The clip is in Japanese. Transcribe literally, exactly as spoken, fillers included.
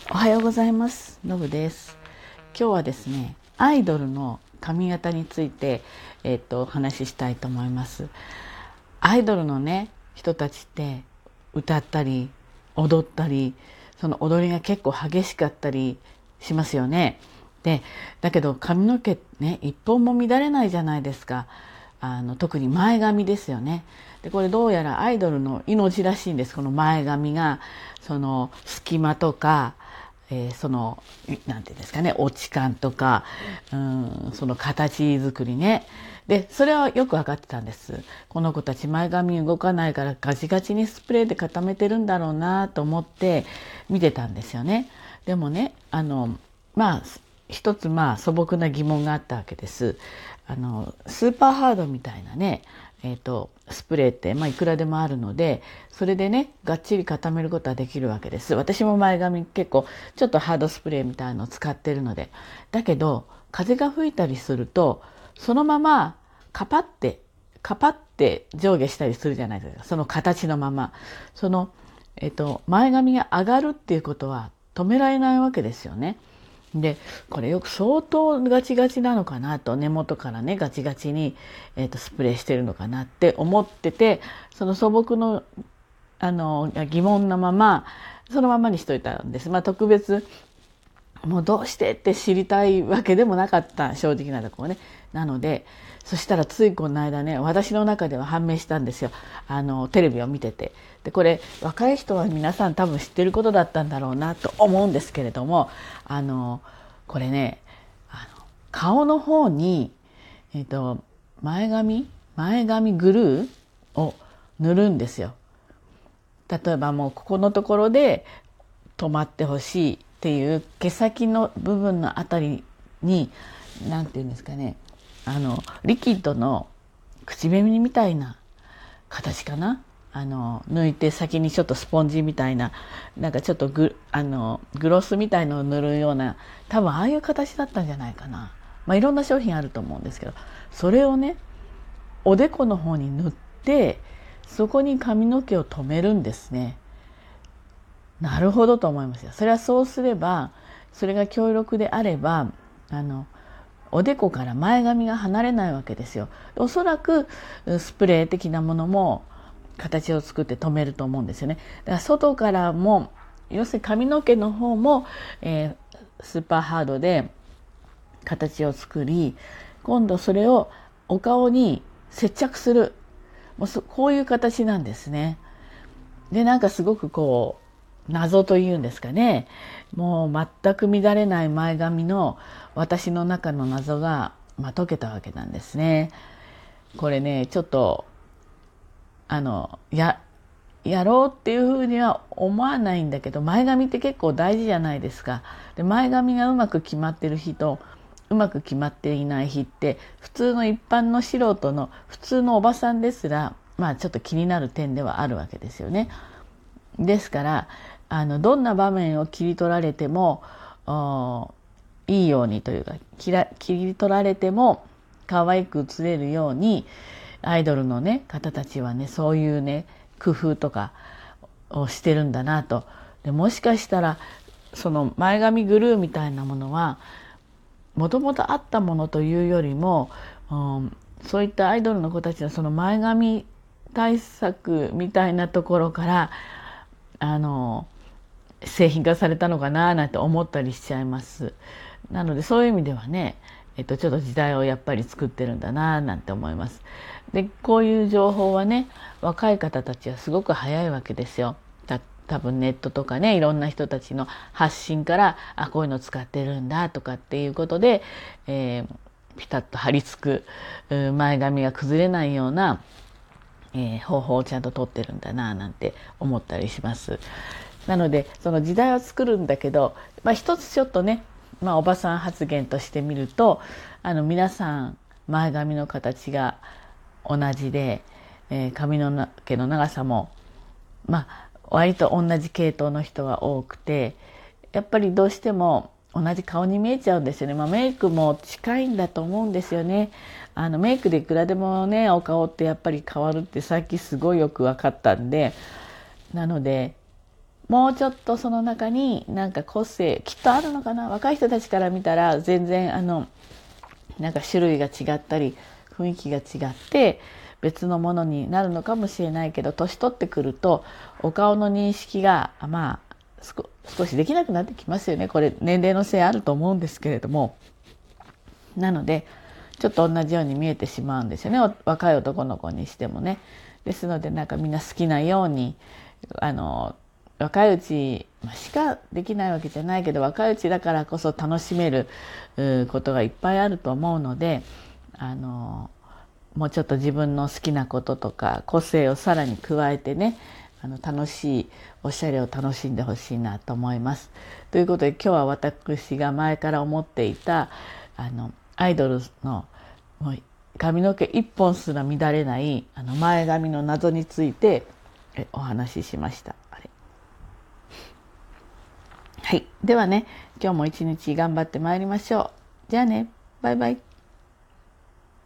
おはようございます。のぶです。今日はですね、アイドルの髪型について、えっと、お話ししたいと思います。アイドルのね、人たちって歌ったり踊ったり、その踊りが結構激しかったりしますよね。で、だけど髪の毛ね、一本も乱れないじゃないですか。あの特に前髪ですよね。でこれどうやらアイドルの命らしいんです。この前髪がその隙間とか、えー、そのなんていうんですかね、落ち感とか、うん、その形作りね。でそれはよく分かってたんです。この子たち前髪動かないからガチガチにスプレーで固めてるんだろうなと思って見てたんですよね。でもね、あのまあ一つまあ素朴な疑問があったわけです。あのスーパーハードみたいなね、えーと、スプレーって、まあ、いくらでもあるので、それでねがっちり固めることはできるわけです。私も前髪結構ちょっとハードスプレーみたいのを使ってるので。だけど風が吹いたりするとそのままカパってカパって上下したりするじゃないですか。その形のままその、えーと、前髪が上がるっていうことは止められないわけですよね。でこれよく相当ガチガチなのかなと、根元からねガチガチに、えー、とスプレーしてるのかなって思ってて、その素朴の、あの疑問のままそのままにしといたんです。まあ特別もうどうしてって知りたいわけでもなかった、正直なところね。なのでそしたらついこの間ね、私の中では判明したんですよ。あのテレビを見てて。でこれ若い人は皆さん多分知ってることだったんだろうなと思うんですけれども、あのこれね、あの顔の方に、えっと、前髪前髪グルーを塗るんですよ。例えばもうここのところで止まってほしいっていう毛先の部分のあたりに、なんていうんですかね、あのリキッドの口紅みたいな形かな、あの抜いて先にちょっとスポンジみたいな、なんかちょっとグあのグロスみたいのを塗るような、多分ああいう形だったんじゃないかな。まあいろんな商品あると思うんですけど、それをねおでこの方に塗って、そこに髪の毛を留めるんですね。なるほどと思いますよ。それはそうすれば、それが強力であれば、あのおでこから前髪が離れないわけですよ。おそらくスプレー的なものも形を作って止めると思うんですよね。だから外からも、要するに髪の毛の方も、えー、スーパーハードで形を作り、今度それをお顔に接着する。もうこういう形なんですね。でなんかすごくこう謎というんですかね、もう全く乱れない前髪の私の中の謎が、まあ、解けたわけなんですね。これねちょっとあのややろうっていうふうには思わないんだけど、前髪って結構大事じゃないですか。で前髪がうまく決まってる日とうまく決まっていない日って、普通の一般の素人の普通のおばさんですら、まあちょっと気になる点ではあるわけですよね。ですからあのどんな場面を切り取られてもいいようにというか、切ら切り取られても可愛く映れるように、アイドルの、ね、方たちはねそういうね工夫とかをしてるんだなと。でもしかしたらその前髪グルーみたいなものはもともとあったものというよりも、うん、そういったアイドルの子たちのその前髪対策みたいなところからあの製品化されたのかななんて思ったりしちゃいます。なのでそういう意味ではね、えっと、ちょっと時代をやっぱり作ってるんだななんて思います。でこういう情報はね若い方たちはすごく早いわけですよ。た多分ネットとかね、いろんな人たちの発信から、あこういうの使ってるんだとかっていうことで、えー、ピタッと張り付く前髪が崩れないような、えー、方法をちゃんと取ってるんだななんて思ったりします。なのでその時代は作るんだけど、まあ、一つちょっとね、まあ、おばさん発言としてみると、あの皆さん前髪の形が同じで、えー、髪の毛の長さもまあ割と同じ系統の人が多くて、やっぱりどうしても同じ顔に見えちゃうんですよね。まあ、メイクも近いんだと思うんですよね。あのメイクでいくらでもねお顔ってやっぱり変わるって最近すごいよく分かったんで、なのでもうちょっとその中になんか個性きっとあるのかな。若い人たちから見たら全然あのなんか種類が違ったり雰囲気が違って別のものになるのかもしれないけど、年取ってくるとお顔の認識がまあ少しできなくなってきますよね。これ年齢のせいあると思うんですけれども、なのでちょっと同じように見えてしまうんですよね。若い男の子にしてもね。ですのでなんかみんな好きなようにあの若いうちしかできないわけじゃないけど、若いうちだからこそ楽しめることがいっぱいあると思うので、あのもうちょっと自分の好きなこととか個性をさらに加えてね、あの楽しいおしゃれを楽しんでほしいなと思います。ということで今日は私が前から思っていたあのアイドルのもう髪の毛一本すら乱れないあの前髪の謎についてお話ししました。あれはい、ではね、今日も一日頑張ってまいりましょう。じゃあね、バイバイ。